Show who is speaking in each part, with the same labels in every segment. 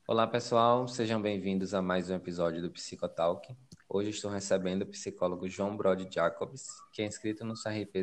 Speaker 1: Olá, pessoal, sejam bem-vindos a mais um episódio do Psicotalk. Hoje estou recebendo o psicólogo João Brode Jacobs, que é inscrito no CRP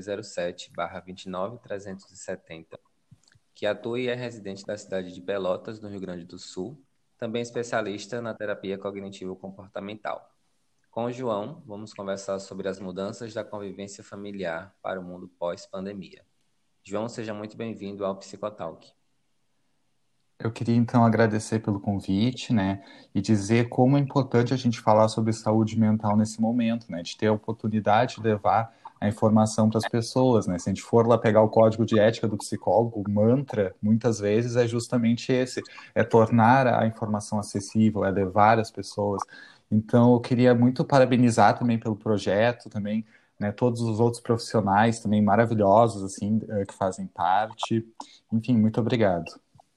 Speaker 1: 07/29370, que atua e é residente da cidade de Pelotas, no Rio Grande do Sul, também especialista na terapia cognitivo-comportamental. Com o João, vamos conversar sobre as mudanças da convivência familiar para o mundo pós-pandemia. João, seja muito bem-vindo ao Psicotalk.
Speaker 2: Eu queria então agradecer pelo convite, né, e dizer como é importante a gente falar sobre saúde mental nesse momento, né, de ter a oportunidade de levar a informação para as pessoas, né. Se a gente for lá pegar o código de ética do psicólogo, o mantra, muitas vezes é justamente esse, é tornar a informação acessível, é levar as pessoas. Então, eu queria muito parabenizar também pelo projeto, também, né, todos os outros profissionais também maravilhosos, assim, que fazem parte. Enfim, muito obrigado.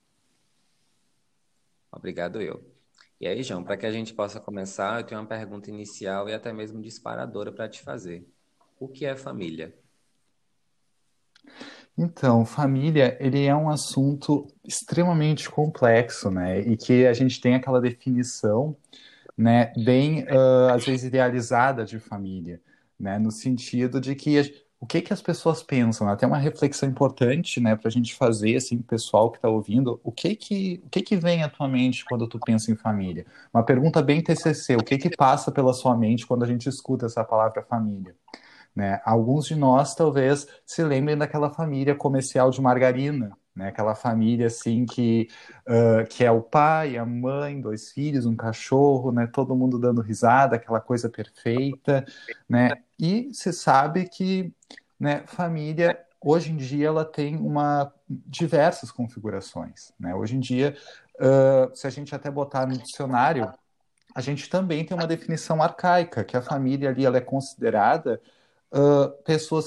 Speaker 1: Obrigado, eu. E aí, João, para que a gente possa começar, eu tenho uma pergunta inicial e até mesmo disparadora para te fazer. O que é família?
Speaker 2: Então, família, ele é um assunto extremamente complexo, né? E que a gente tem aquela definição, né, bem, às vezes, idealizada de família, né? No sentido de que o que que as pessoas pensam, né? Até uma reflexão importante, né, para a gente fazer, assim, o pessoal que está ouvindo, o que que vem à tua mente quando tu pensa em família? Uma pergunta bem TCC, o que que passa pela sua mente quando a gente escuta essa palavra família? Né? Alguns de nós talvez se lembrem daquela família comercial de margarina, né? Aquela família assim que é o pai, a mãe, dois filhos, um cachorro, né? Todo mundo dando risada, aquela coisa perfeita, né? E se sabe que, né, família hoje em dia ela tem uma diversas configurações, né? Hoje em dia, se a gente até botar no dicionário, a gente também tem uma definição arcaica, que a família ali ela é considerada pessoas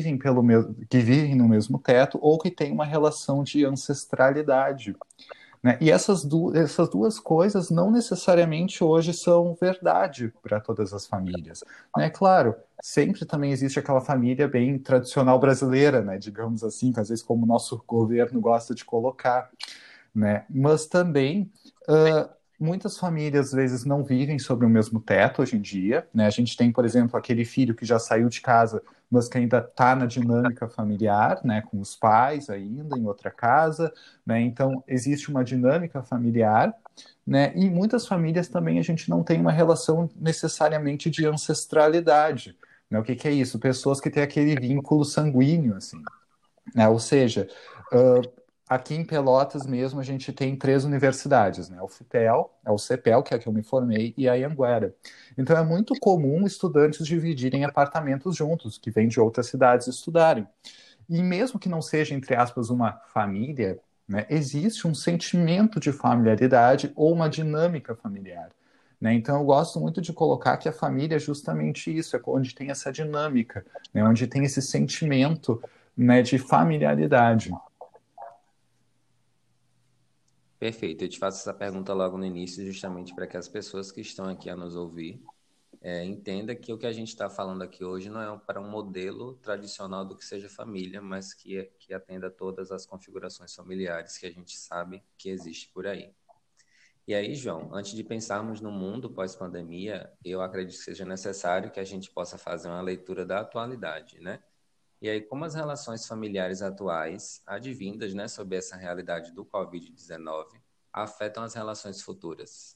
Speaker 2: que vivem no mesmo teto ou que têm uma relação de ancestralidade. Né? E essas duas coisas não necessariamente hoje são verdade para todas as famílias. Né? Claro, sempre também existe aquela família bem tradicional brasileira, né? Digamos assim, que às vezes como o nosso governo gosta de colocar, né? Mas também muitas famílias às vezes não vivem sob o mesmo teto hoje em dia, né? A gente tem, por exemplo, aquele filho que já saiu de casa, mas que ainda está na dinâmica familiar, né? Com os pais ainda em outra casa, né? Então existe uma dinâmica familiar. Né? E em muitas famílias também a gente não tem uma relação necessariamente de ancestralidade. Né? O que, que é isso? Pessoas que têm aquele vínculo sanguíneo, assim, né? Ou seja, uh, aqui em Pelotas mesmo a gente tem três universidades, né? O FIPEL, o CEPEL, que é a que eu me formei, e a Anhanguera. Então é muito comum estudantes dividirem apartamentos juntos, que vêm de outras cidades estudarem. E mesmo que não seja, entre aspas, uma família, né, existe um sentimento de familiaridade ou uma dinâmica familiar. Né? Então, eu gosto muito de colocar que a família é justamente isso, é onde tem essa dinâmica, né? Onde tem esse sentimento, né, de familiaridade.
Speaker 1: Perfeito, eu te faço essa pergunta logo no início, justamente para que as pessoas que estão aqui a nos ouvir entendam que o que a gente está falando aqui hoje não é para um modelo tradicional do que seja família, mas que atenda a todas as configurações familiares que a gente sabe que existe por aí. E aí, João, antes de pensarmos no mundo pós-pandemia, eu acredito que seja necessário que a gente possa fazer uma leitura da atualidade, né? E aí, como as relações familiares atuais, advindas, né, sob essa realidade do Covid-19, afetam as relações futuras?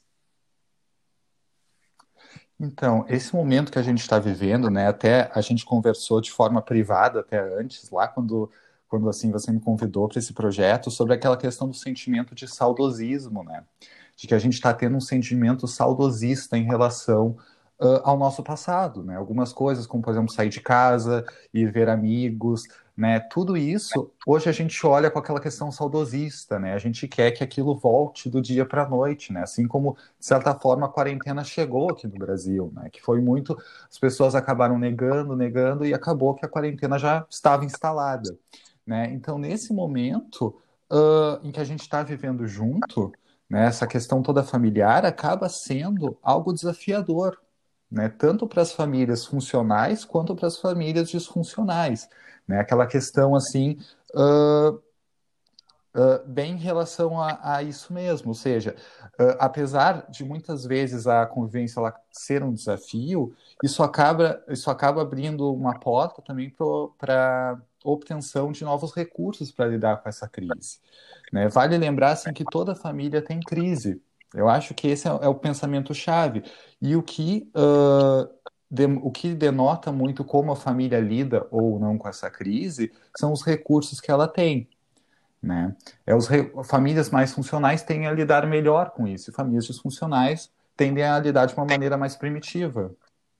Speaker 2: Então, esse momento que a gente está vivendo, né, até a gente conversou de forma privada até antes, lá quando assim você me convidou para esse projeto, sobre aquela questão do sentimento de saudosismo, né? De que a gente está tendo um sentimento saudosista em relação ao nosso passado, né? Algumas coisas, como por exemplo sair de casa, ir ver amigos, né? Tudo isso, hoje a gente olha com aquela questão saudosista, né? A gente quer que aquilo volte do dia para a noite, né? Assim como de certa forma, a quarentena chegou aqui no Brasil, né? Que foi muito, as pessoas acabaram negando, negando e acabou que a quarentena já estava instalada, né? Então, nesse momento em que a gente está vivendo junto, né? Essa questão toda familiar acaba sendo algo desafiador, né? Tanto para as famílias funcionais quanto para as famílias disfuncionais, né? Aquela questão assim. Uh, bem em relação a isso mesmo, ou seja, apesar de muitas vezes a convivência ela ser um desafio, isso acaba abrindo uma porta também para obtenção de novos recursos para lidar com essa crise, né? Vale lembrar assim, que toda família tem crise. Eu acho que esse é o pensamento-chave. E o que denota muito como a família lida ou não com essa crise são os recursos que ela tem, né? Famílias mais funcionais tendem a lidar melhor com isso, e famílias disfuncionais tendem a lidar de uma maneira mais primitiva.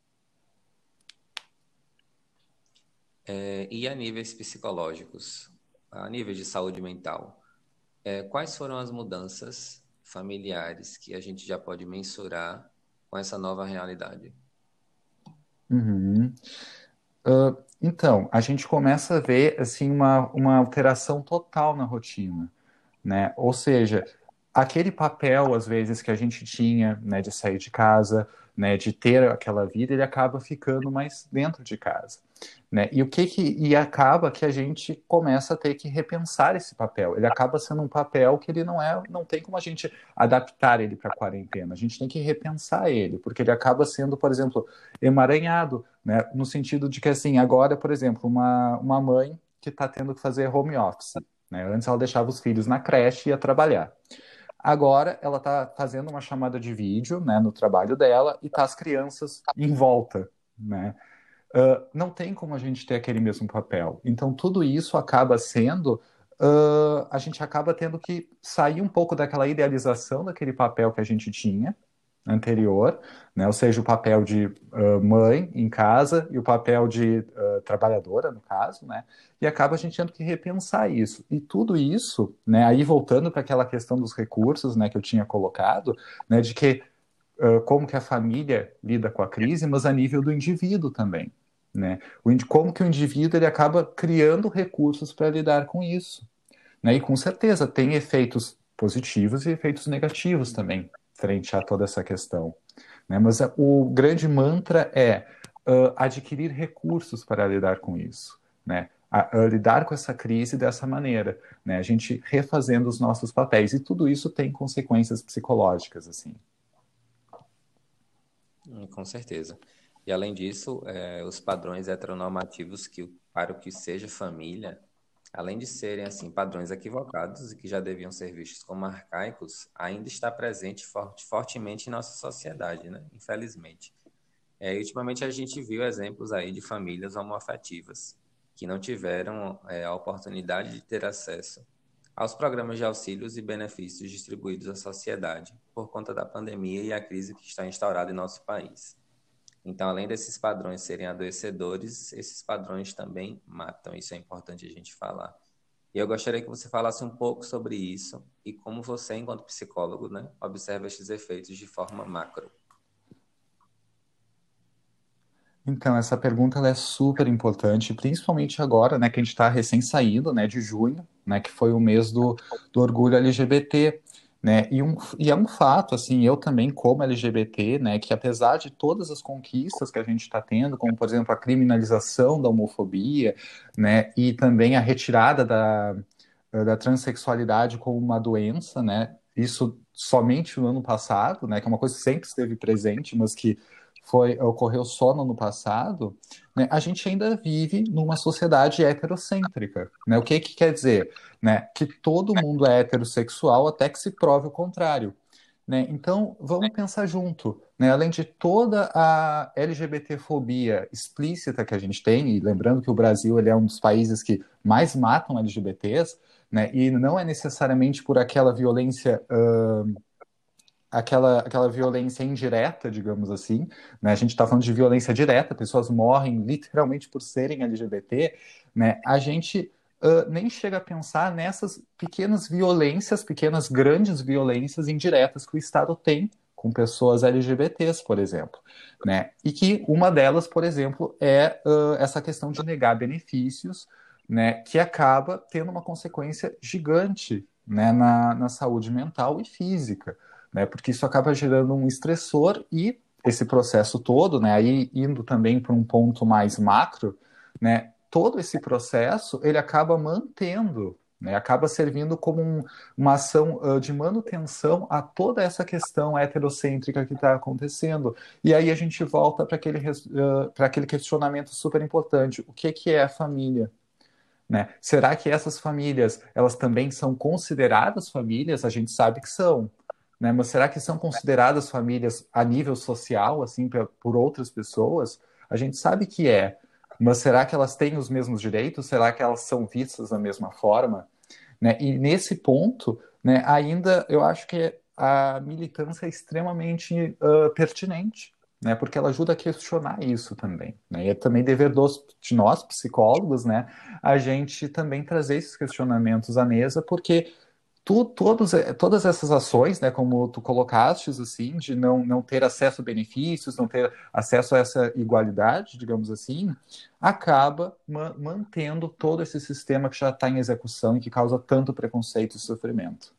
Speaker 1: E a níveis psicológicos, a nível de saúde mental, quais foram as mudanças familiares que a gente já pode mensurar com essa nova realidade?
Speaker 2: Uhum. Então, a gente começa a ver assim uma alteração total na rotina, né? Ou seja, aquele papel às vezes que a gente tinha, né, de sair de casa, né, de ter aquela vida, ele acaba ficando mais dentro de casa, né? E acaba que a gente começa a ter que repensar esse papel. Ele acaba sendo um papel que ele não tem como a gente adaptar ele para a quarentena. A gente tem que repensar ele, porque ele acaba sendo, por exemplo, emaranhado, né? No sentido de que assim, agora, por exemplo, uma mãe que está tendo que fazer home office, né? Antes ela deixava os filhos na creche e ia trabalhar. Agora ela está fazendo uma chamada de vídeo, né, no trabalho dela e tá as crianças em volta, né? Não tem como a gente ter aquele mesmo papel. Então tudo isso acaba sendo, a gente acaba tendo que sair um pouco daquela idealização daquele papel que a gente tinha anterior, né? Ou seja, o papel de mãe em casa e o papel de trabalhadora, no caso, né? E acaba a gente tendo que repensar isso. E tudo isso, né? Aí voltando para aquela questão dos recursos, né? Que eu tinha colocado, né? De que como que a família lida com a crise, mas a nível do indivíduo também, né? Como que o indivíduo ele acaba criando recursos para lidar com isso, né? E com certeza tem efeitos positivos e efeitos negativos também frente a toda essa questão, né? Mas o grande mantra é adquirir recursos para lidar com isso, né? A lidar com essa crise dessa maneira, né? A gente refazendo os nossos papéis, e tudo isso tem consequências psicológicas, assim.
Speaker 1: Com certeza. E além disso, os padrões heteronormativos para o que seja família, além de serem assim padrões equivocados e que já deviam ser vistos como arcaicos, ainda está presente fortemente em nossa sociedade, né? Infelizmente. E ultimamente a gente viu exemplos aí de famílias homoafetivas que não tiveram a oportunidade de ter acesso aos programas de auxílios e benefícios distribuídos à sociedade por conta da pandemia e a crise que está instaurada em nosso país. Então, além desses padrões serem adoecedores, esses padrões também matam. Isso é importante a gente falar. E eu gostaria que você falasse um pouco sobre isso e como você, enquanto psicólogo, né, observa esses efeitos de forma macro.
Speaker 2: Então, essa pergunta ela é super importante, principalmente agora, né, que a gente está recém-saído, né, de junho, né, que foi o mês do orgulho LGBT, né, e é um fato, assim, eu também como LGBT, né, que apesar de todas as conquistas que a gente está tendo, como, por exemplo, a criminalização da homofobia, né, e também a retirada da transexualidade como uma doença, né, isso somente no ano passado, né, que é uma coisa que sempre esteve presente, mas que ocorreu só no ano passado, né, a gente ainda vive numa sociedade heterocêntrica, né? O que que quer dizer? Né? Que todo mundo é heterossexual até que se prove o contrário, né? Então, vamos pensar junto, né? Além de toda a LGBTfobia explícita que a gente tem, e lembrando que o Brasil ele é um dos países que mais matam LGBTs, né? E não é necessariamente por aquela violência indireta, digamos assim, né? A gente está falando de violência direta, pessoas morrem literalmente por serem LGBT, né? A gente nem chega a pensar nessas pequenas violências, pequenas grandes violências indiretas que o Estado tem com pessoas LGBTs, por exemplo, né? E que uma delas, por exemplo, é essa questão de negar benefícios, né? Que acaba tendo uma consequência gigante, né? Na saúde mental e física, né? Porque isso acaba gerando um estressor e esse processo todo, né? Aí indo também para um ponto mais macro, né? Todo esse processo ele acaba mantendo, né? Acaba servindo como uma ação de manutenção a toda essa questão heterocêntrica que está acontecendo. E aí a gente volta para aquele questionamento super importante: o que é a família? Né? Será que essas famílias, elas também são consideradas famílias? A gente sabe que são, né? Mas será que são consideradas famílias a nível social, assim, por outras pessoas? A gente sabe que é, mas será que elas têm os mesmos direitos? Será que elas são vistas da mesma forma? Né? E nesse ponto, né, ainda eu acho que a militância é extremamente pertinente, né, porque ela ajuda a questionar isso também. Né? E é também dever de nós, psicólogos, né, a gente também trazer esses questionamentos à mesa, porque todas essas ações, né, como tu colocaste, assim, de não ter acesso a benefícios, não ter acesso a essa igualdade, digamos assim, acaba mantendo todo esse sistema que já está em execução e que causa tanto preconceito e sofrimento.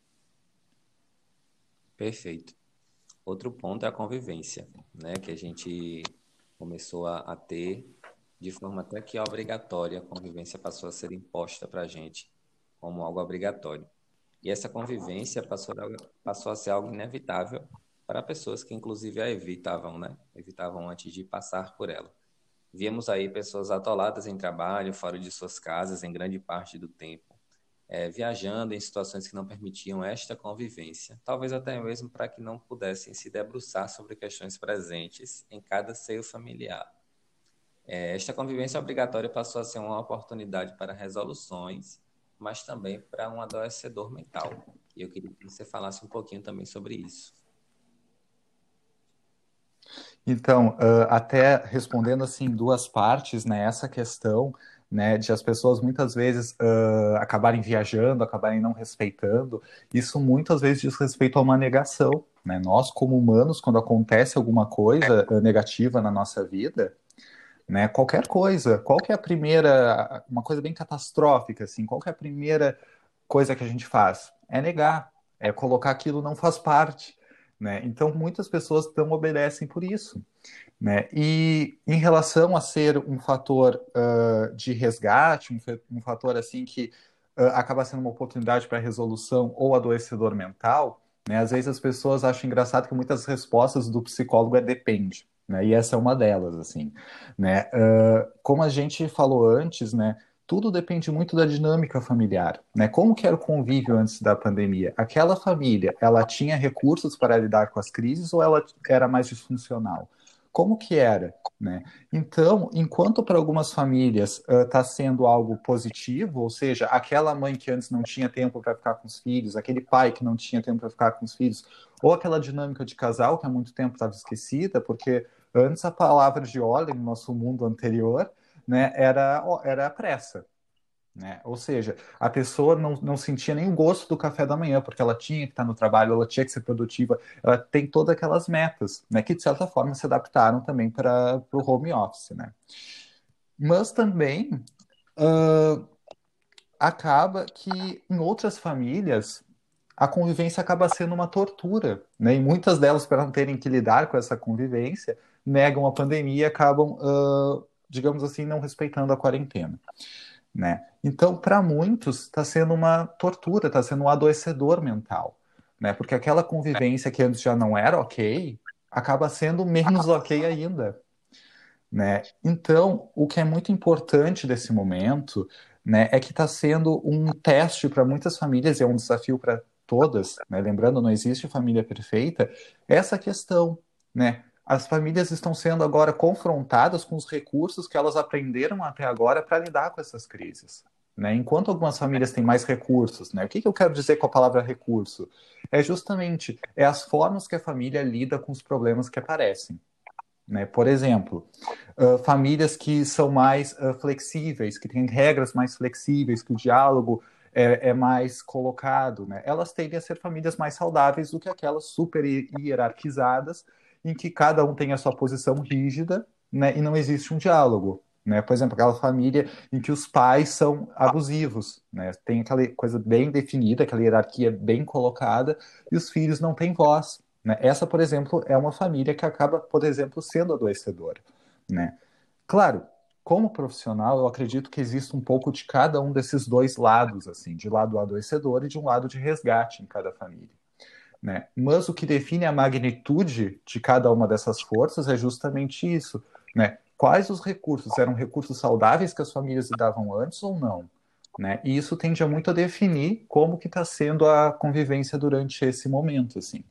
Speaker 1: Perfeito. Outro ponto é a convivência, né? Que a gente começou a ter de forma até que obrigatória. A convivência passou a ser imposta para a gente como algo obrigatório. E essa convivência passou a ser algo inevitável para pessoas que, inclusive, a evitavam, né? Evitavam antes de passar por ela. Víamos aí pessoas atoladas em trabalho, fora de suas casas, em grande parte do tempo, viajando em situações que não permitiam esta convivência, talvez até mesmo para que não pudessem se debruçar sobre questões presentes em cada seio familiar. Esta convivência obrigatória passou a ser uma oportunidade para resoluções, mas também para um adoecedor mental. E eu queria que você falasse um pouquinho também sobre isso.
Speaker 2: Então, até respondendo assim em duas partes, né, essa questão, né, de as pessoas muitas vezes acabarem viajando, acabarem não respeitando, isso muitas vezes diz respeito a uma negação, né? Nós, como humanos, quando acontece alguma coisa negativa na nossa vida, né, qualquer coisa, qual que é a primeira, uma coisa bem catastrófica, assim, qual que é a primeira coisa que a gente faz? É negar, é colocar aquilo não faz parte, né? Então, muitas pessoas não obedecem por isso, né? E em relação a ser um fator de resgate, um fator assim que acaba sendo uma oportunidade para resolução ou adoecedor mental, né? Às vezes as pessoas acham engraçado que muitas respostas do psicólogo é depende, né? E essa é uma delas, assim, né? Como a gente falou antes, né? Tudo depende muito da dinâmica familiar, né? Como que era o convívio antes da pandemia? Aquela família, ela tinha recursos para lidar com as crises ou ela era mais disfuncional? Como que era, né? Então, enquanto para algumas famílias está sendo algo positivo, ou seja, aquela mãe que antes não tinha tempo para ficar com os filhos, aquele pai que não tinha tempo para ficar com os filhos, ou aquela dinâmica de casal que há muito tempo estava esquecida, porque antes a palavra de ordem no nosso mundo anterior, né, era a pressa. Né? Ou seja, a pessoa não sentia nem o gosto do café da manhã, porque ela tinha que estar no trabalho, ela tinha que ser produtiva, ela tem todas aquelas metas, né, que de certa forma se adaptaram também para o home office. Né? Mas também uh, acaba que em outras famílias a convivência acaba sendo uma tortura, né? E muitas delas, para não terem que lidar com essa convivência, negam a pandemia e acabam, digamos assim, não respeitando a quarentena. Né? Então, para muitos, está sendo uma tortura, está sendo um adoecedor mental, né? Porque aquela convivência que antes já não era ok, acaba sendo menos ok ainda, né? Então, o que é muito importante desse momento, né, é que está sendo um teste para muitas famílias e é um desafio para todas, né? Lembrando, não existe família perfeita, essa questão, né? As famílias estão sendo agora confrontadas com os recursos que elas aprenderam até agora para lidar com essas crises. Né? Enquanto algumas famílias têm mais recursos, né? O que eu quero dizer com a palavra recurso? É justamente as formas que a família lida com os problemas que aparecem. Né? Por exemplo, famílias que são mais flexíveis, que têm regras mais flexíveis, que o diálogo é mais colocado, né? Elas tendem a ser famílias mais saudáveis do que aquelas super hierarquizadas, em que cada um tem a sua posição rígida, né? E não existe um diálogo. Né? Por exemplo, aquela família em que os pais são abusivos, né? Tem aquela coisa bem definida, aquela hierarquia bem colocada, e os filhos não têm voz. Né? Essa, por exemplo, é uma família que acaba, por exemplo, sendo adoecedora. Né? Claro, como profissional, eu acredito que existe um pouco de cada um desses dois lados, assim, de lado adoecedor e de um lado de resgate em cada família, né? Mas o que define a magnitude de cada uma dessas forças é justamente isso, né? Quais os recursos? Eram recursos saudáveis que as famílias davam antes ou não? Né? E isso tende a muito a definir como que está sendo a convivência durante esse momento, assim.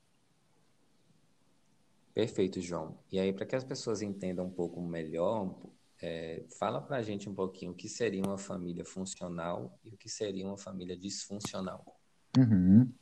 Speaker 1: Perfeito, João. E aí, para que as pessoas entendam um pouco melhor, fala para a gente um pouquinho o que seria uma família funcional e o que seria uma família disfuncional.
Speaker 2: Uhum.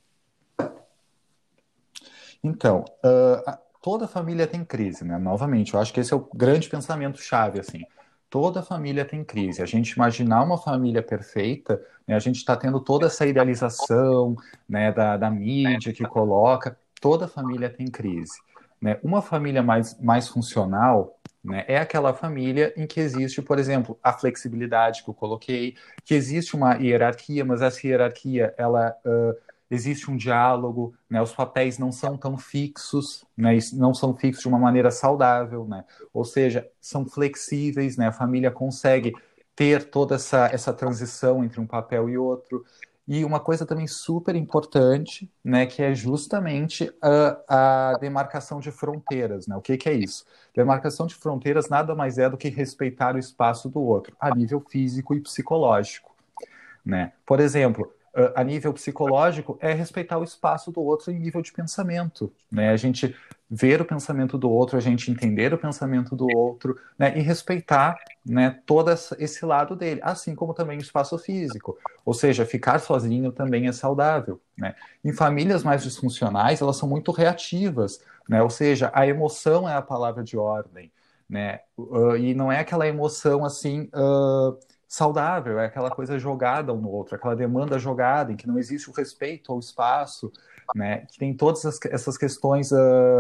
Speaker 2: Então, toda família tem crise, né? Novamente, eu acho que esse é o grande pensamento-chave, assim. Toda família tem crise. A gente imaginar uma família perfeita, né, a gente está tendo toda essa idealização, né, da mídia que coloca. Toda família tem crise, né? Uma família mais funcional, né, é aquela família em que existe, por exemplo, a flexibilidade que eu coloquei, que existe uma hierarquia, mas essa hierarquia, ela existe um diálogo, né? Os papéis não são tão fixos, né? Não são fixos de uma maneira saudável, né? Ou seja, são flexíveis, né? A família consegue ter toda essa transição entre um papel e outro. E uma coisa também super importante, né, que é justamente a demarcação de fronteiras, né? O que é isso? Demarcação de fronteiras nada mais é do que respeitar o espaço do outro, a nível físico e psicológico, né? Por exemplo, a nível psicológico, é respeitar o espaço do outro em nível de pensamento, né? A gente ver o pensamento do outro, a gente entender o pensamento do outro, né? E respeitar, né, todo esse lado dele, assim como também o espaço físico. Ou seja, ficar sozinho também é saudável, né? Em famílias mais disfuncionais, elas são muito reativas, né? Ou seja, a emoção é a palavra de ordem, né? E não é aquela emoção assim saudável, é aquela coisa jogada um no outro, aquela demanda jogada, em que não existe o respeito ao espaço, né? Que tem todas essas questões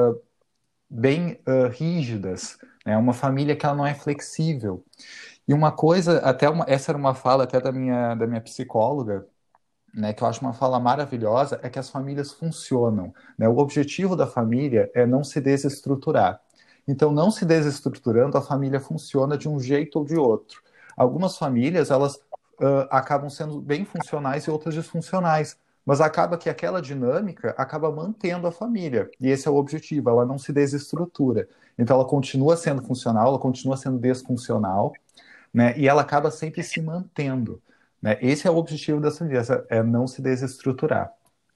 Speaker 2: bem rígidas, né? Uma família que ela não é flexível. E uma coisa, essa era uma fala até da minha psicóloga, né, que eu acho uma fala maravilhosa, é que as famílias funcionam, né? O objetivo da família é não se desestruturar. Então, não se desestruturando, a família funciona de um jeito ou de outro. Algumas famílias, elas acabam sendo bem funcionais e outras disfuncionais, mas acaba que aquela dinâmica acaba mantendo a família, e esse é o objetivo, ela não se desestrutura. Então, ela continua sendo funcional, ela continua sendo disfuncional, né? E ela acaba sempre se mantendo, né? Esse é o objetivo dessa família, é não se desestruturar.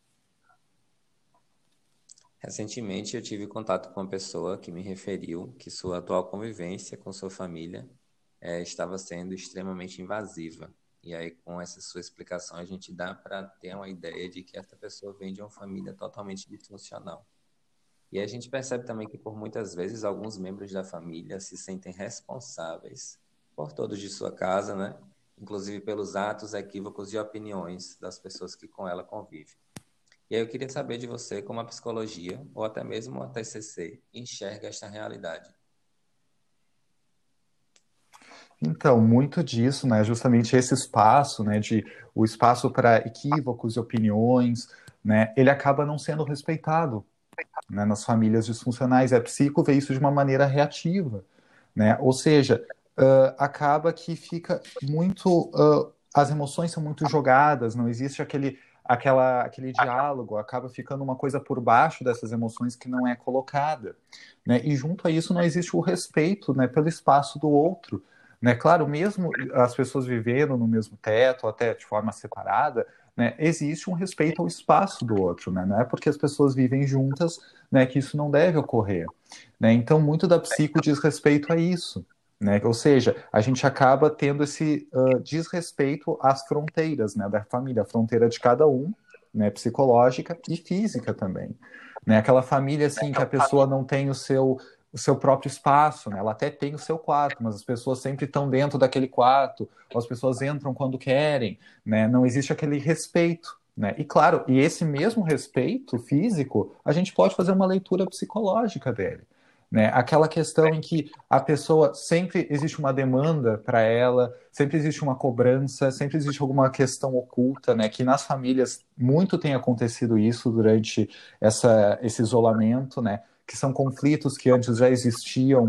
Speaker 1: Recentemente, eu tive contato com uma pessoa que me referiu que sua atual convivência com sua família estava sendo extremamente invasiva. E aí, com essa sua explicação, a gente dá para ter uma ideia de que essa pessoa vem de uma família totalmente disfuncional. E a gente percebe também que, por muitas vezes, alguns membros da família se sentem responsáveis por todos de sua casa, né? Inclusive pelos atos, equívocos e opiniões das pessoas que com ela convivem. E aí eu queria saber de você como a psicologia, ou até mesmo a TCC, enxerga esta realidade.
Speaker 2: Então, muito disso, né, justamente esse espaço, né, o espaço para equívocos e opiniões, né, ele acaba não sendo respeitado, né, nas famílias disfuncionais. A psico vê isso de uma maneira reativa, né? Ou seja, acaba que fica muito, as emoções são muito jogadas, não existe aquele diálogo, acaba ficando uma coisa por baixo dessas emoções que não é colocada, né? E junto a isso não existe o respeito, né, pelo espaço do outro, né? Claro, mesmo as pessoas vivendo no mesmo teto, até de forma separada, né, existe um respeito ao espaço do outro, né? Não é porque as pessoas vivem juntas, né, que isso não deve ocorrer, né? Então, muito da psico diz respeito a isso, né? Ou seja, a gente acaba tendo esse desrespeito às fronteiras, né, da família, a fronteira de cada um, né, psicológica e física também, né? Aquela família assim que a pessoa não tem o seu próprio espaço, né? Ela até tem o seu quarto, mas as pessoas sempre estão dentro daquele quarto, ou as pessoas entram quando querem, né? Não existe aquele respeito, né? E claro, e esse mesmo respeito físico, a gente pode fazer uma leitura psicológica dele, né? Aquela questão em que a pessoa sempre existe uma demanda para ela, sempre existe uma cobrança, sempre existe alguma questão oculta, né? Que nas famílias muito tem acontecido isso durante esse isolamento, né? Que são conflitos que antes já existiam,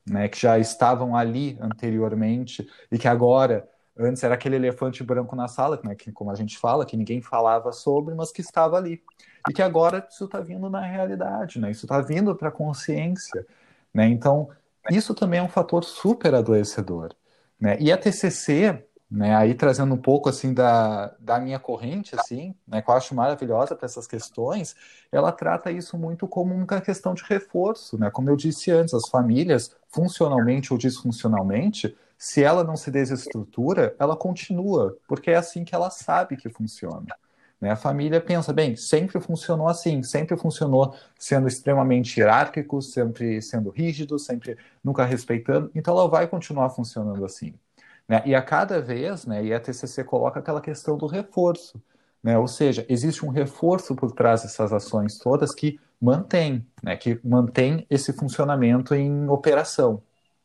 Speaker 2: né, que já estavam ali anteriormente e que agora, antes era aquele elefante branco na sala, né, que, como a gente fala, que ninguém falava sobre, mas que estava ali. E que agora isso está vindo na realidade, né, isso está vindo para a consciência. Né, então, isso também é um fator super adoecedor. Né, e a TCC, né, aí trazendo um pouco assim da minha corrente, assim, né, que eu acho maravilhosa para essas questões, ela trata isso muito como uma questão de reforço, né? Como eu disse antes, as famílias, funcionalmente ou disfuncionalmente, se ela não se desestrutura, ela continua, porque é assim que ela sabe que funciona. Né? A família pensa, bem, sempre funcionou assim, sempre funcionou sendo extremamente hierárquico, sempre sendo rígido, sempre nunca respeitando, então ela vai continuar funcionando assim. Né? E a cada vez, né, e a TCC coloca aquela questão do reforço. Né? Ou seja, existe um reforço por trás dessas ações todas que mantém esse funcionamento em operação.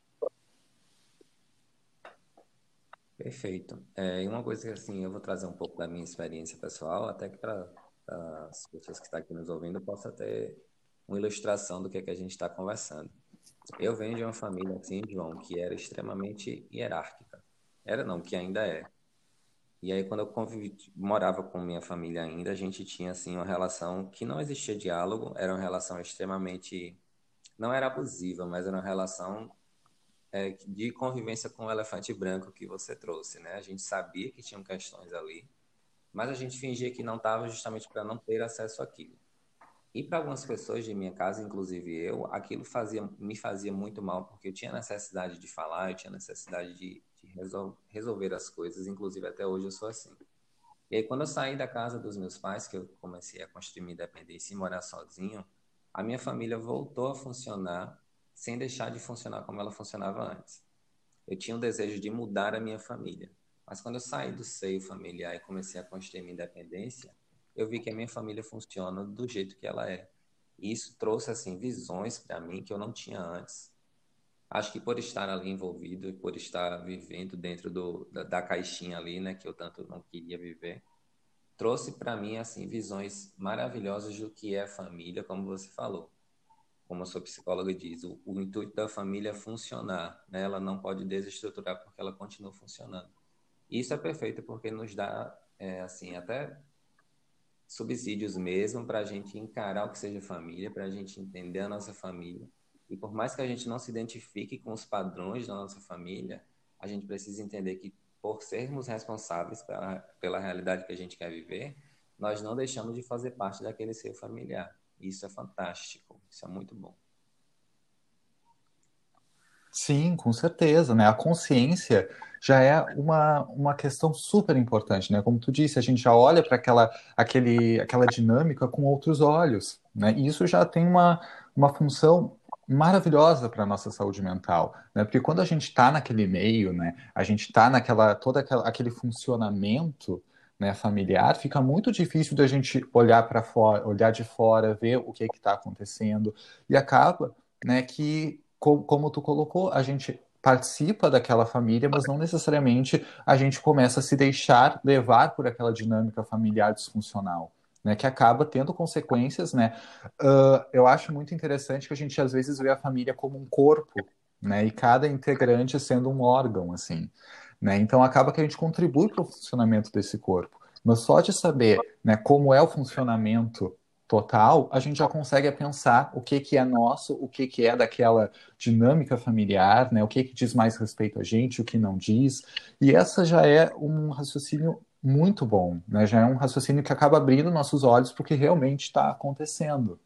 Speaker 1: Perfeito. E uma coisa que assim, eu vou trazer um pouco da minha experiência pessoal, até que para as pessoas que estão aqui nos ouvindo possa ter uma ilustração do que a gente está conversando. Eu venho de uma família assim, João, que era extremamente hierárquica. Era não, que ainda é. E aí quando eu morava com minha família ainda, a gente tinha assim uma relação que não existia diálogo, era uma relação extremamente, não era abusiva, mas era uma relação de convivência com o elefante branco que você trouxe, né? A gente sabia que tinham questões ali, mas a gente fingia que não estava justamente para não ter acesso àquilo. E para algumas pessoas de minha casa, inclusive eu, aquilo me fazia muito mal, porque eu tinha necessidade de falar, eu tinha necessidade de resolver as coisas, inclusive até hoje eu sou assim. E aí, quando eu saí da casa dos meus pais, que eu comecei a construir minha independência e morar sozinho, a minha família voltou a funcionar sem deixar de funcionar como ela funcionava antes. Eu tinha um desejo de mudar a minha família. Mas quando eu saí do seio familiar e comecei a construir minha independência, eu vi que a minha família funciona do jeito que ela é. E isso trouxe assim visões para mim que eu não tinha antes. Acho que por estar ali envolvido e por estar vivendo dentro da caixinha ali, né, que eu tanto não queria viver, trouxe para mim assim visões maravilhosas do que é família, como você falou. Como a sua psicóloga diz, o intuito da família é funcionar, né? Ela não pode desestruturar porque ela continua funcionando. E isso é perfeito porque nos dá, assim, até subsídios mesmo para a gente encarar o que seja família, para a gente entender a nossa família. E por mais que a gente não se identifique com os padrões da nossa família, a gente precisa entender que por sermos responsáveis pela realidade que a gente quer viver, nós não deixamos de fazer parte daquele ser familiar. Isso é fantástico, isso é muito bom.
Speaker 2: Sim, com certeza, né? A consciência já é uma questão super importante, né? Como tu disse, a gente já olha para aquela dinâmica com outros olhos, né? E isso já tem uma função maravilhosa para a nossa saúde mental, né? Porque quando a gente está naquele meio, né? A gente está aquele funcionamento, né, familiar, fica muito difícil da gente olhar para fora, olhar de fora, ver o que está acontecendo e acaba, né, que como tu colocou, a gente participa daquela família, mas não necessariamente a gente começa a se deixar levar por aquela dinâmica familiar disfuncional, né, que acaba tendo consequências, né? Eu acho muito interessante que a gente às vezes vê a família como um corpo, né, e cada integrante sendo um órgão, assim, né? Então acaba que a gente contribui para o funcionamento desse corpo. Mas só de saber, né, como é o funcionamento total, a gente já consegue pensar o que que é nosso, o que que é daquela dinâmica familiar, né? O que que diz mais respeito a gente, o que não diz. E essa já é um raciocínio muito bom, né? Já é um raciocínio que acaba abrindo nossos olhos para o que realmente está acontecendo.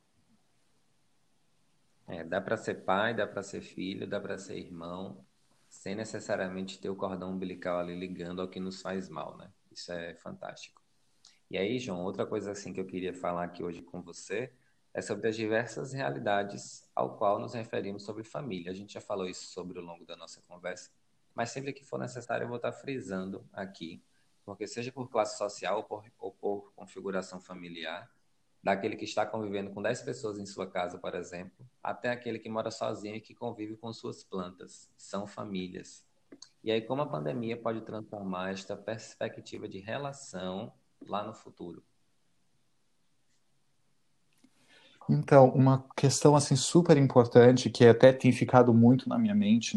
Speaker 1: Dá para ser pai, dá para ser filho, dá para ser irmão, sem necessariamente ter o cordão umbilical ali ligando ao que nos faz mal, né? Isso é fantástico. E aí, João, outra coisa assim que eu queria falar aqui hoje com você é sobre as diversas realidades ao qual nos referimos sobre família. A gente já falou isso sobre ao longo da nossa conversa, mas sempre que for necessário eu vou estar frisando aqui, porque seja por classe social ou por configuração familiar, daquele que está convivendo com 10 pessoas em sua casa, por exemplo, até aquele que mora sozinho e que convive com suas plantas. São famílias. E aí, como a pandemia pode transformar esta perspectiva de relação lá no futuro?
Speaker 2: Então, uma questão assim super importante que até tem ficado muito na minha mente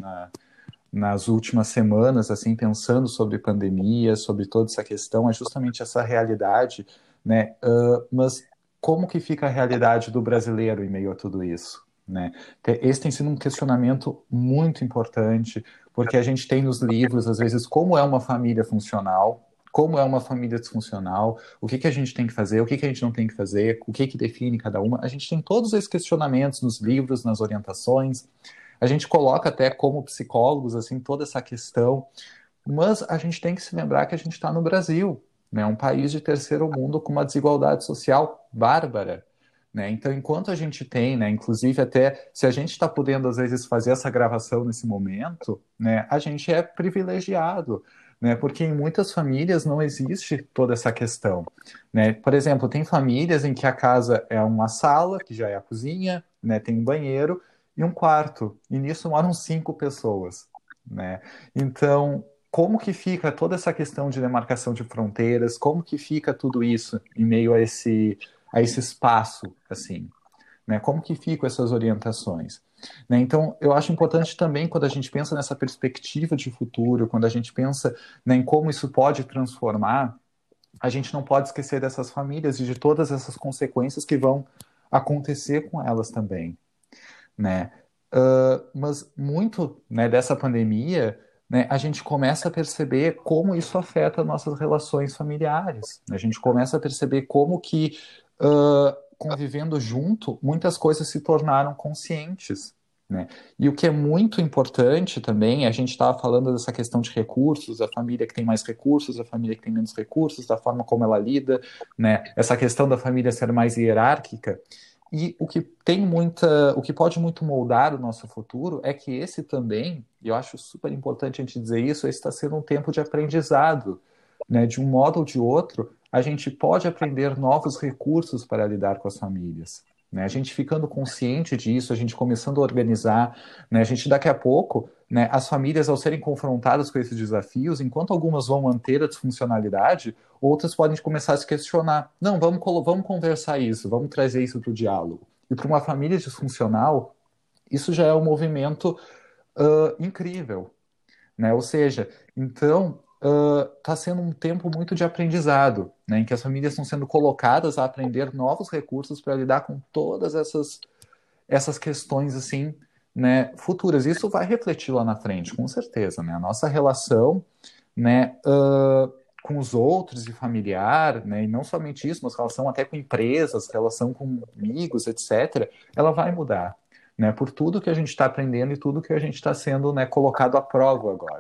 Speaker 2: nas últimas semanas, assim, pensando sobre pandemia, sobre toda essa questão, é justamente essa realidade, né? Mas como que fica a realidade do brasileiro em meio a tudo isso, né? Esse tem sido um questionamento muito importante, porque a gente tem nos livros, às vezes, como é uma família funcional, como é uma família disfuncional, o que que a gente tem que fazer, o que que a gente não tem que fazer, o que que define cada uma. A gente tem todos esses questionamentos nos livros, nas orientações, a gente coloca até como psicólogos assim toda essa questão, mas a gente tem que se lembrar que a gente está no Brasil, né, um país de terceiro mundo com uma desigualdade social bárbara. Né? Então, enquanto a gente tem, né, inclusive até se a gente está podendo às vezes fazer essa gravação nesse momento, né, a gente é privilegiado, né, porque em muitas famílias não existe toda essa questão. Né? Por exemplo, tem famílias em que a casa é uma sala, que já é a cozinha, né, tem um banheiro e um quarto, e nisso moram 5 pessoas. Né? Então, como que fica toda essa questão de demarcação de fronteiras? Como que fica tudo isso em meio a esse espaço, assim, né? Como que ficam essas orientações? Né? Então, eu acho importante também quando a gente pensa nessa perspectiva de futuro, quando a gente pensa, né, em como isso pode transformar, a gente não pode esquecer dessas famílias e de todas essas consequências que vão acontecer com elas também, né? Mas muito, né, dessa pandemia, né, a gente começa a perceber como isso afeta nossas relações familiares. A gente começa a perceber como que, convivendo junto, muitas coisas se tornaram conscientes. Né? E o que é muito importante também, a gente estava falando dessa questão de recursos, a família que tem mais recursos, a família que tem menos recursos, da forma como ela lida, né? Essa questão da família ser mais hierárquica. E o que tem o que pode muito moldar o nosso futuro é que esse também, e eu acho super importante a gente dizer isso, está sendo um tempo de aprendizado, né? De um modo ou de outro, a gente pode aprender novos recursos para lidar com as famílias. Né? A gente ficando consciente disso, a gente começando a organizar, né? A gente daqui a pouco, né, as famílias ao serem confrontadas com esses desafios, enquanto algumas vão manter a disfuncionalidade, outras podem começar a se questionar. Não, vamos conversar isso, vamos trazer isso para o diálogo. E para uma família disfuncional, isso já é um movimento incrível, né? Ou seja, então está sendo um tempo muito de aprendizado, né? Em que as famílias estão sendo colocadas a aprender novos recursos para lidar com todas essas questões assim, né, futuras. Isso vai refletir lá na frente, com certeza, né? A nossa relação, né, com os outros e familiar, né, e não somente isso, mas relação até com empresas, relação com amigos, etc., ela vai mudar, né, por tudo que a gente está aprendendo e tudo que a gente está sendo, né, colocado à prova agora.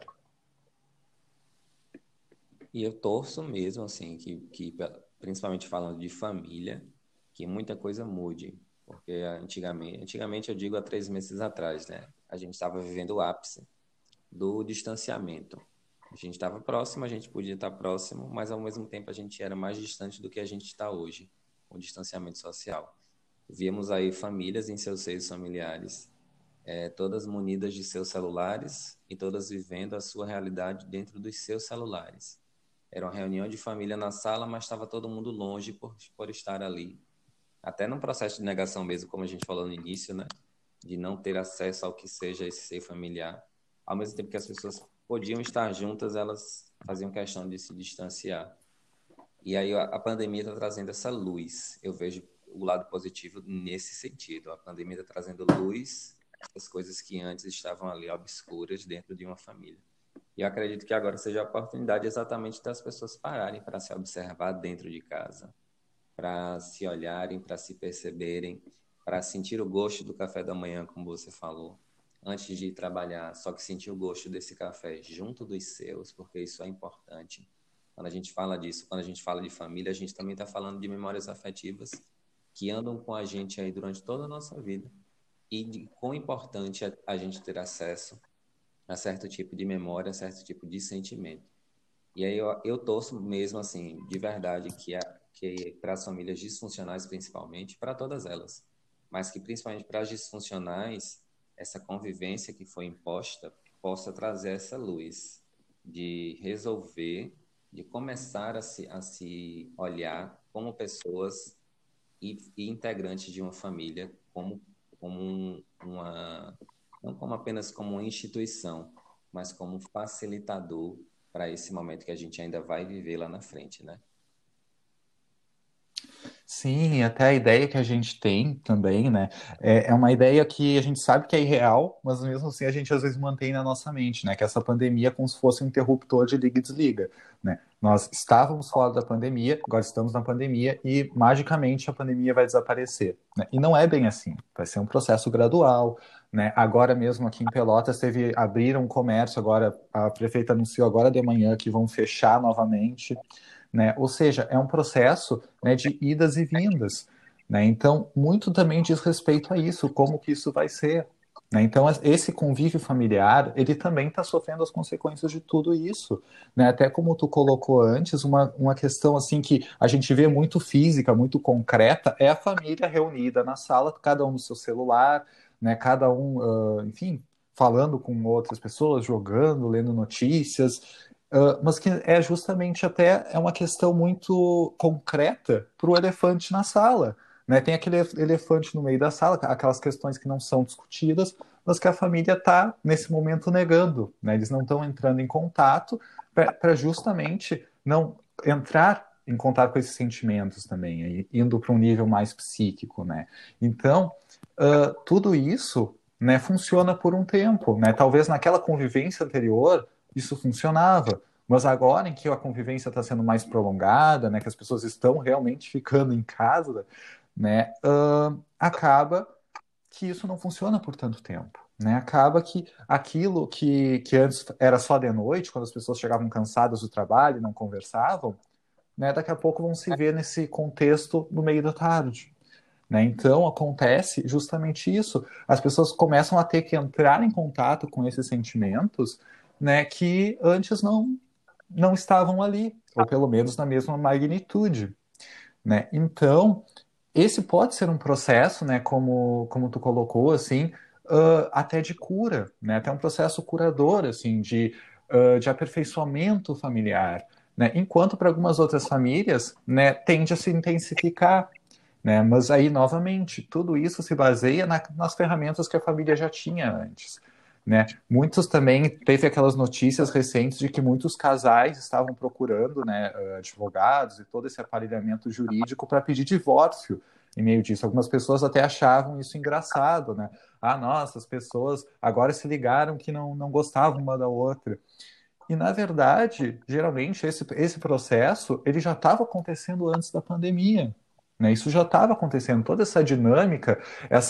Speaker 1: E eu torço mesmo, assim, que principalmente falando de família, que muita coisa mude. Porque antigamente eu digo há 3 meses atrás, né? A gente estava vivendo o ápice do distanciamento. A gente estava próximo, a gente podia estar próximo, mas ao mesmo tempo a gente era mais distante do que a gente está hoje, com o distanciamento social. Víamos aí famílias em seus seios familiares, todas munidas de seus celulares e todas vivendo a sua realidade dentro dos seus celulares. Era uma reunião de família na sala, mas estava todo mundo longe por estar ali. Até num processo de negação mesmo, como a gente falou no início, né? De não ter acesso ao que seja esse ser familiar. Ao mesmo tempo que as pessoas podiam estar juntas, elas faziam questão de se distanciar. E aí a pandemia está trazendo essa luz. Eu vejo o lado positivo nesse sentido. A pandemia está trazendo luz, essas coisas que antes estavam ali obscuras dentro de uma família. E eu acredito que agora seja a oportunidade exatamente das pessoas pararem para se observar dentro de casa, para se olharem, para se perceberem, para sentir o gosto do café da manhã, como você falou, antes de ir trabalhar, só que sentir o gosto desse café junto dos seus, porque isso é importante. Quando a gente fala disso, quando a gente fala de família, a gente também está falando de memórias afetivas que andam com a gente aí durante toda a nossa vida. E de quão importante é a gente ter acesso a certo tipo de memória, a certo tipo de sentimento. E aí eu torço mesmo, assim, de verdade, que para as famílias disfuncionais, principalmente, para todas elas, mas que principalmente para as disfuncionais, essa convivência que foi imposta possa trazer essa luz de resolver, de começar a se olhar como pessoas e integrantes de uma família não como apenas como uma instituição, mas como facilitador para esse momento que a gente ainda vai viver lá na frente, né?
Speaker 2: Sim, até a ideia que a gente tem também, né? É uma ideia que a gente sabe que é irreal, mas mesmo assim a gente às vezes mantém na nossa mente, né? Que essa pandemia é como se fosse um interruptor de liga e desliga, né? Nós estávamos fora da pandemia, agora estamos na pandemia e magicamente a pandemia vai desaparecer, né? E não é bem assim, vai ser um processo gradual, né? Agora mesmo aqui em Pelotas abriram um comércio, agora a prefeita anunciou agora de manhã que vão fechar novamente, né? Ou seja, é um processo, né, de idas e vindas, né? Então, muito também diz respeito a isso, como que isso vai ser, né? Então, esse convívio familiar, ele também está sofrendo as consequências de tudo isso, né? Até como tu colocou antes, uma questão assim que a gente vê muito física, muito concreta, é a família reunida na sala, cada um no seu celular, né? Cada um, enfim, falando com outras pessoas, jogando, lendo notícias, mas que é justamente até é uma questão muito concreta para o elefante na sala. Né? Tem aquele elefante no meio da sala, aquelas questões que não são discutidas, mas que a família está, nesse momento, negando. Né? Eles não estão entrando em contato para justamente não entrar em contato com esses sentimentos também, aí, indo para um nível mais psíquico. Né? Então, tudo isso, né, funciona por um tempo. Né? Talvez naquela convivência anterior isso funcionava. Mas agora em que a convivência está sendo mais prolongada, né, que as pessoas estão realmente ficando em casa, né, acaba que isso não funciona por tanto tempo. Né? Acaba que aquilo que antes era só de noite, quando as pessoas chegavam cansadas do trabalho e não conversavam, né, daqui a pouco vão se ver nesse contexto no meio da tarde. Né? Então acontece justamente isso. As pessoas começam a ter que entrar em contato com esses sentimentos, né, que antes não estavam ali, ou pelo menos na mesma magnitude. Né? Então, esse pode ser um processo, né, como tu colocou, assim, até de cura, né, até um processo curador, assim, de aperfeiçoamento familiar, né, enquanto para algumas outras famílias, né, tende a se intensificar, né, mas aí, novamente, tudo isso se baseia nas ferramentas que a família já tinha antes. Né? Muitos também teve aquelas notícias recentes de que muitos casais estavam procurando, né, advogados e todo esse aparelhamento jurídico para pedir divórcio em meio disso. Algumas pessoas até achavam isso engraçado, né? Ah, nossa, as pessoas agora se ligaram que não gostavam uma da outra. E, na verdade, geralmente, esse processo ele já estava acontecendo antes da pandemia. Né? Isso já estava acontecendo. Toda essa dinâmica,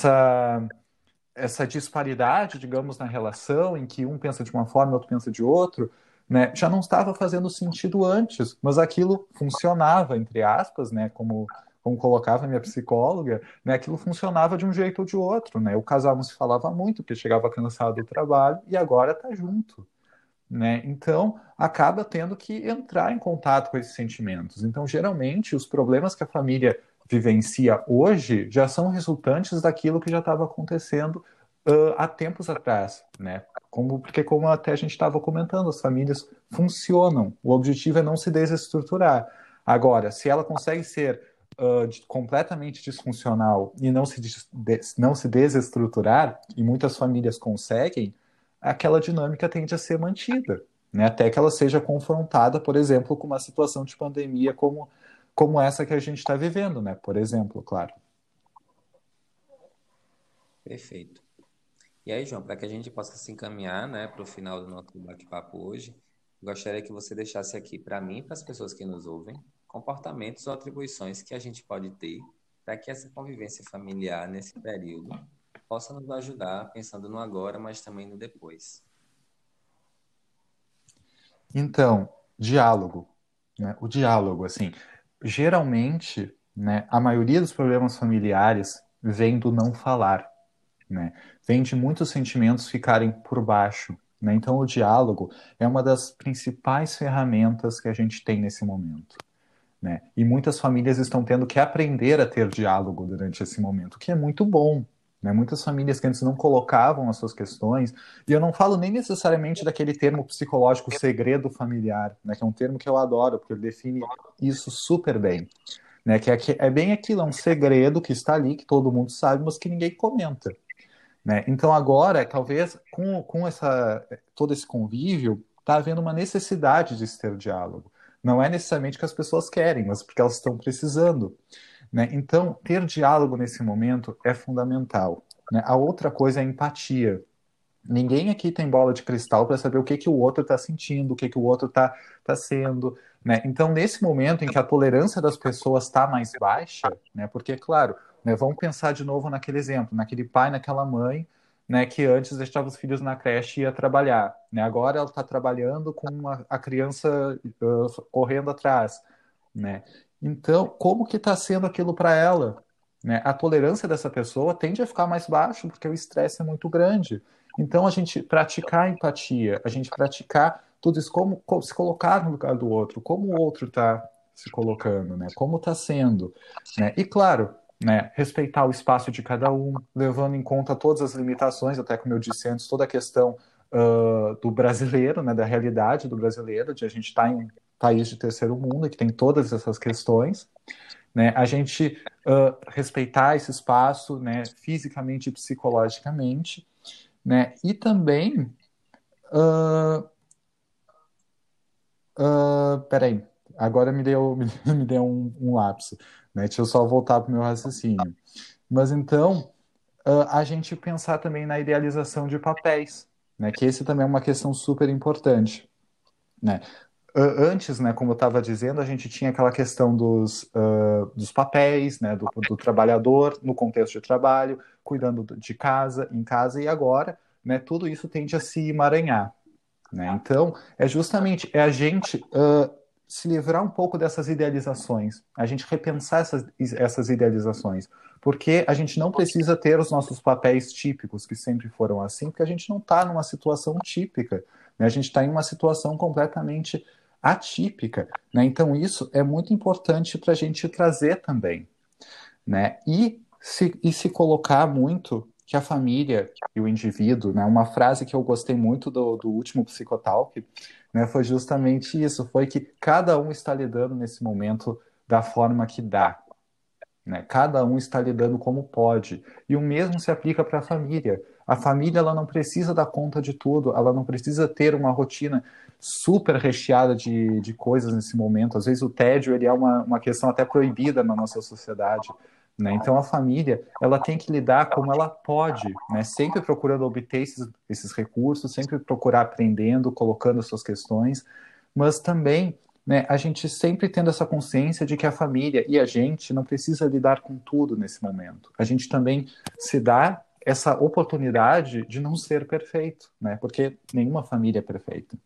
Speaker 2: essa disparidade, digamos, na relação, em que um pensa de uma forma e o outro pensa de outro, né, já não estava fazendo sentido antes, mas aquilo funcionava, entre aspas, né, como colocava a minha psicóloga, né, aquilo funcionava de um jeito ou de outro. Né? O casal não se falava muito, porque chegava cansado do trabalho, e agora está junto. Né? Então, acaba tendo que entrar em contato com esses sentimentos. Então, geralmente, os problemas que a família vivencia hoje já são resultantes daquilo que já estava acontecendo há tempos atrás, né? Porque, como até a gente estava comentando, as famílias funcionam. O objetivo é não se desestruturar. Agora, se ela consegue ser completamente disfuncional e não se desestruturar, e muitas famílias conseguem, aquela dinâmica tende a ser mantida, né? Até que ela seja confrontada, por exemplo, com uma situação de pandemia como essa que a gente está vivendo, né? Por exemplo, claro.
Speaker 1: Perfeito. E aí, João, para que a gente possa se encaminhar, né, para o final do nosso bate-papo hoje, gostaria que você deixasse aqui para mim e para as pessoas que nos ouvem comportamentos ou atribuições que a gente pode ter para que essa convivência familiar nesse período possa nos ajudar, pensando no agora, mas também no depois.
Speaker 2: Então, diálogo, né? O diálogo, assim, geralmente, né, a maioria dos problemas familiares vem do não falar, né? Vem de muitos sentimentos ficarem por baixo, né? Então, o diálogo é uma das principais ferramentas que a gente tem nesse momento. Né? E muitas famílias estão tendo que aprender a ter diálogo durante esse momento, o que é muito bom. Né? Muitas famílias que antes não colocavam as suas questões, e eu não falo nem necessariamente daquele termo psicológico segredo familiar, né? Que é um termo que eu adoro, porque ele define isso super bem. né? Que é bem aquilo, é um segredo que está ali, que todo mundo sabe, mas que ninguém comenta, né? Então agora, talvez com todo esse convívio, está havendo uma necessidade de se ter diálogo. Não é necessariamente que as pessoas querem, mas porque elas estão precisando, né? Então, ter diálogo nesse momento é fundamental, né? A outra coisa é a empatia. Ninguém aqui tem bola de cristal para saber o que que o outro está sentindo, o que que o outro tá sendo, né? Então, nesse momento em que a tolerância das pessoas está mais baixa, né? Porque, claro, né, vamos pensar de novo naquele exemplo, naquele pai, naquela mãe, né, que antes deixava os filhos na creche e ia trabalhar, né? Agora ela está trabalhando com a criança correndo atrás, né? Então, como que está sendo aquilo para ela? Né? A tolerância dessa pessoa tende a ficar mais baixo porque o estresse é muito grande. Então, a gente praticar a empatia, a gente praticar tudo isso, como se colocar no lugar do outro, como o outro está se colocando, né? Como está sendo, né? E claro, né, respeitar o espaço de cada um, levando em conta todas as limitações, até como eu disse antes, toda a questão do brasileiro, né, da realidade do brasileiro, de a gente estar em um país de terceiro mundo que tem todas essas questões, né? A gente respeitar esse espaço, né, fisicamente e psicologicamente, né? E também, peraí, agora me deu, me deu um lapso, né? Deixa eu só voltar para o meu raciocínio. Mas então, a gente pensar também na idealização de papéis, né? Que esse também é uma questão super importante, né? Antes, né, como eu estava dizendo, a gente tinha aquela questão dos papéis, né, do trabalhador no contexto de trabalho, cuidando de casa, em casa, e agora, né, tudo isso tende a se emaranhar, né? Então, é justamente a gente se livrar um pouco dessas idealizações, a gente repensar essas idealizações, porque a gente não precisa ter os nossos papéis típicos, que sempre foram assim, porque a gente não está numa situação típica, né? A gente está em uma situação completamente atípica, né? Então, isso é muito importante para a gente trazer também, né? E se colocar muito que a família e o indivíduo, né? Uma frase que eu gostei muito do último Psicotalk, né? Foi justamente isso, foi que cada um está lidando nesse momento da forma que dá, né? Cada um está lidando como pode. E o mesmo se aplica para a família. A família ela não precisa dar conta de tudo, ela não precisa ter uma rotina super recheada de coisas nesse momento. Às vezes o tédio ele é uma questão até proibida na nossa sociedade. Né? Então a família ela tem que lidar como ela pode, né? Sempre procurando obter esses recursos, sempre procurar aprendendo, colocando suas questões, mas também, né, a gente sempre tendo essa consciência de que a família e a gente não precisa lidar com tudo nesse momento. A gente também se dá essa oportunidade de não ser perfeito, né? Porque nenhuma família é perfeita.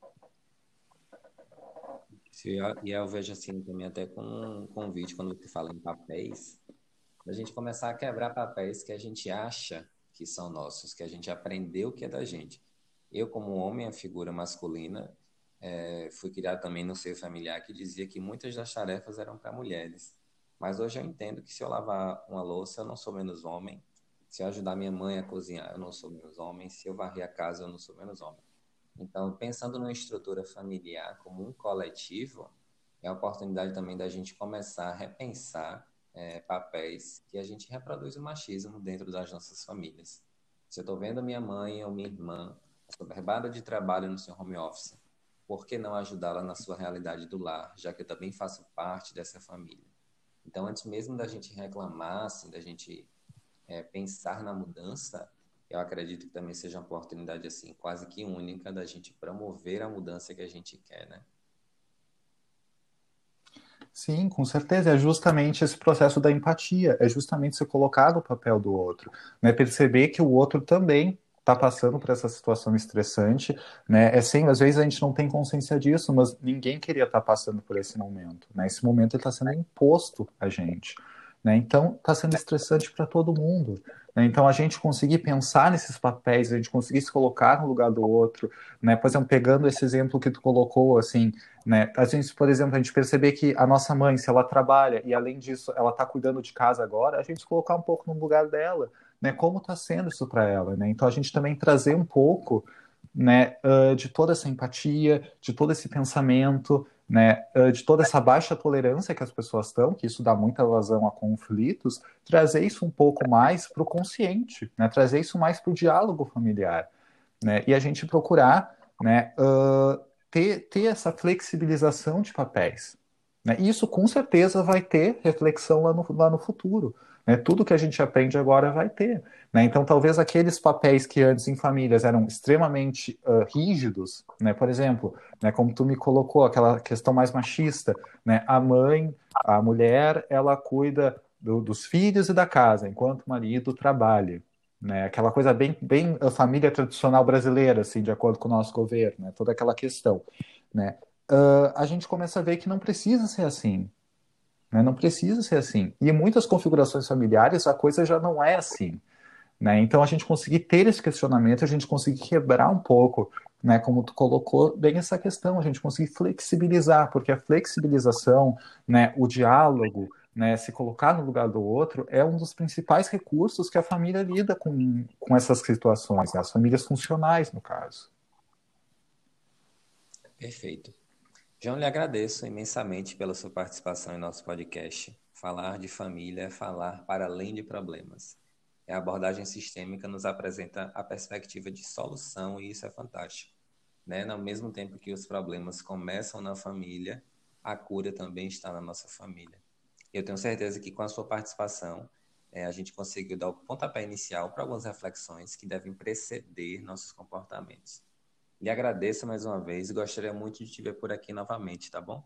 Speaker 1: E eu vejo assim também até com um convite quando você fala em papéis, a gente começar a quebrar papéis que a gente acha que são nossos, que a gente aprendeu que é da gente. Eu, como homem, a figura masculina, fui criado também no seio familiar que dizia que muitas das tarefas eram para mulheres. Mas hoje eu entendo que se eu lavar uma louça, eu não sou menos homem. Se eu ajudar minha mãe a cozinhar, eu não sou menos homem. Se eu varrer a casa, eu não sou menos homem. Então, pensando numa estrutura familiar como um coletivo, é a oportunidade também da gente começar a repensar papéis que a gente reproduz o machismo dentro das nossas famílias. Se eu estou vendo minha mãe ou minha irmã assoberbada de trabalho no seu home office, por que não ajudá-la na sua realidade do lar, já que eu também faço parte dessa família? Então, antes mesmo da gente reclamar, assim, da gente pensar na mudança, eu acredito que também seja uma oportunidade assim quase que única da gente promover a mudança que a gente quer, né?
Speaker 2: Sim, com certeza. É justamente esse processo da empatia. É justamente se colocar no papel do outro, né? Perceber que o outro também está passando por essa situação estressante, né? Às vezes a gente não tem consciência disso, mas ninguém queria estar passando por esse momento, né? Esse momento está sendo imposto a gente, né? Então está sendo estressante para todo mundo. Né? Então a gente conseguir pensar nesses papéis, a gente conseguir se colocar no lugar do outro, né? Por exemplo, pegando esse exemplo que tu colocou, assim, né? A gente, por exemplo, a gente perceber que a nossa mãe, se ela trabalha e além disso ela está cuidando de casa agora, a gente se colocar um pouco no lugar dela, né? Como está sendo isso para ela, né? Então a gente também trazer um pouco, né, de toda essa empatia, de todo esse pensamento, né, de toda essa baixa tolerância que as pessoas estão, que isso dá muita vazão a conflitos, trazer isso um pouco mais para o consciente, né, trazer isso mais para o diálogo familiar, né, e a gente procurar, né, ter essa flexibilização de papéis. Né? E isso com certeza vai ter reflexão lá no futuro. Né? Tudo que a gente aprende agora vai ter. Né? Então, talvez aqueles papéis que antes em famílias eram extremamente rígidos, né? Por exemplo, né, como tu me colocou, aquela questão mais machista, né? A mãe, a mulher, ela cuida dos filhos e da casa, enquanto o marido trabalha. Né? Aquela coisa bem a família tradicional brasileira, assim, de acordo com o nosso governo, né? Toda aquela questão. Né? A gente começa a ver que não precisa ser assim. Né? Não precisa ser assim. E em muitas configurações familiares a coisa já não é assim. Né? Então a gente conseguir ter esse questionamento, a gente conseguir quebrar um pouco, né? Como tu colocou bem essa questão, a gente conseguir flexibilizar, porque a flexibilização, né? O diálogo, né? Se colocar no lugar do outro é um dos principais recursos que a família lida com essas situações, né? As famílias funcionais, no caso.
Speaker 1: Perfeito. João, lhe agradeço imensamente pela sua participação em nosso podcast. Falar de família é falar para além de problemas. A abordagem sistêmica nos apresenta a perspectiva de solução e isso é fantástico. Né? Ao mesmo tempo que os problemas começam na família, a cura também está na nossa família. Eu tenho certeza que com a sua participação, a gente conseguiu dar o pontapé inicial para algumas reflexões que devem preceder nossos comportamentos. Lhe agradeço mais uma vez e gostaria muito de te ver por aqui novamente, tá bom?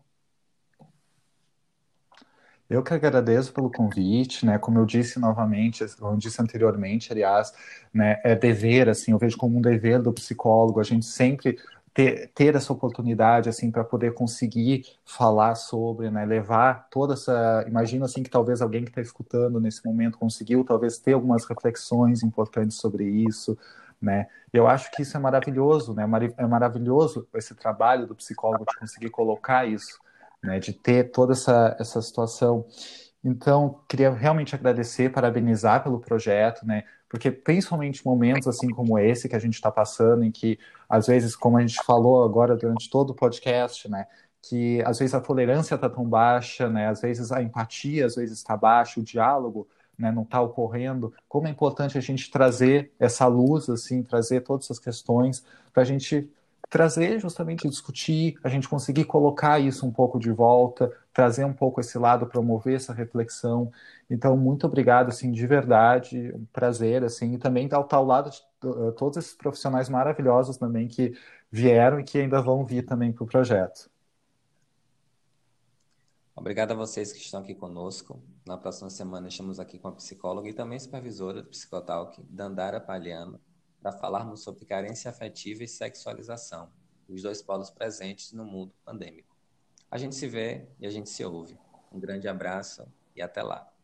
Speaker 2: Eu que agradeço pelo convite, né? Como eu disse novamente, como eu disse anteriormente, aliás, né? É dever, assim, eu vejo como um dever do psicólogo, a gente sempre ter essa oportunidade, assim, para poder conseguir falar sobre, né? Levar toda essa. Imagino, assim, que talvez alguém que está escutando nesse momento conseguiu, talvez, ter algumas reflexões importantes sobre isso. Né? Eu acho que isso é maravilhoso, né? É maravilhoso esse trabalho do psicólogo de conseguir colocar isso, né, de ter toda essa situação. Então, queria realmente agradecer, parabenizar pelo projeto, né, porque principalmente momentos assim como esse que a gente está passando, em que, às vezes, como a gente falou agora durante todo o podcast, né, que às vezes a tolerância está tão baixa, né, às vezes a empatia às vezes está baixa, o diálogo, né, não está ocorrendo, como é importante a gente trazer essa luz, assim, trazer todas essas questões para a gente trazer justamente discutir, a gente conseguir colocar isso um pouco de volta, trazer um pouco esse lado, promover essa reflexão. Então, muito obrigado, assim, de verdade, um prazer, assim, e também estar ao lado de todos esses profissionais maravilhosos também que vieram e que ainda vão vir também para o projeto.
Speaker 1: Obrigado a vocês que estão aqui conosco. Na próxima semana estamos aqui com a psicóloga e também supervisora do Psicotalk, Dandara Palhano, para falarmos sobre carência afetiva e sexualização, os dois polos presentes no mundo pandêmico. A gente se vê e a gente se ouve. Um grande abraço e até lá.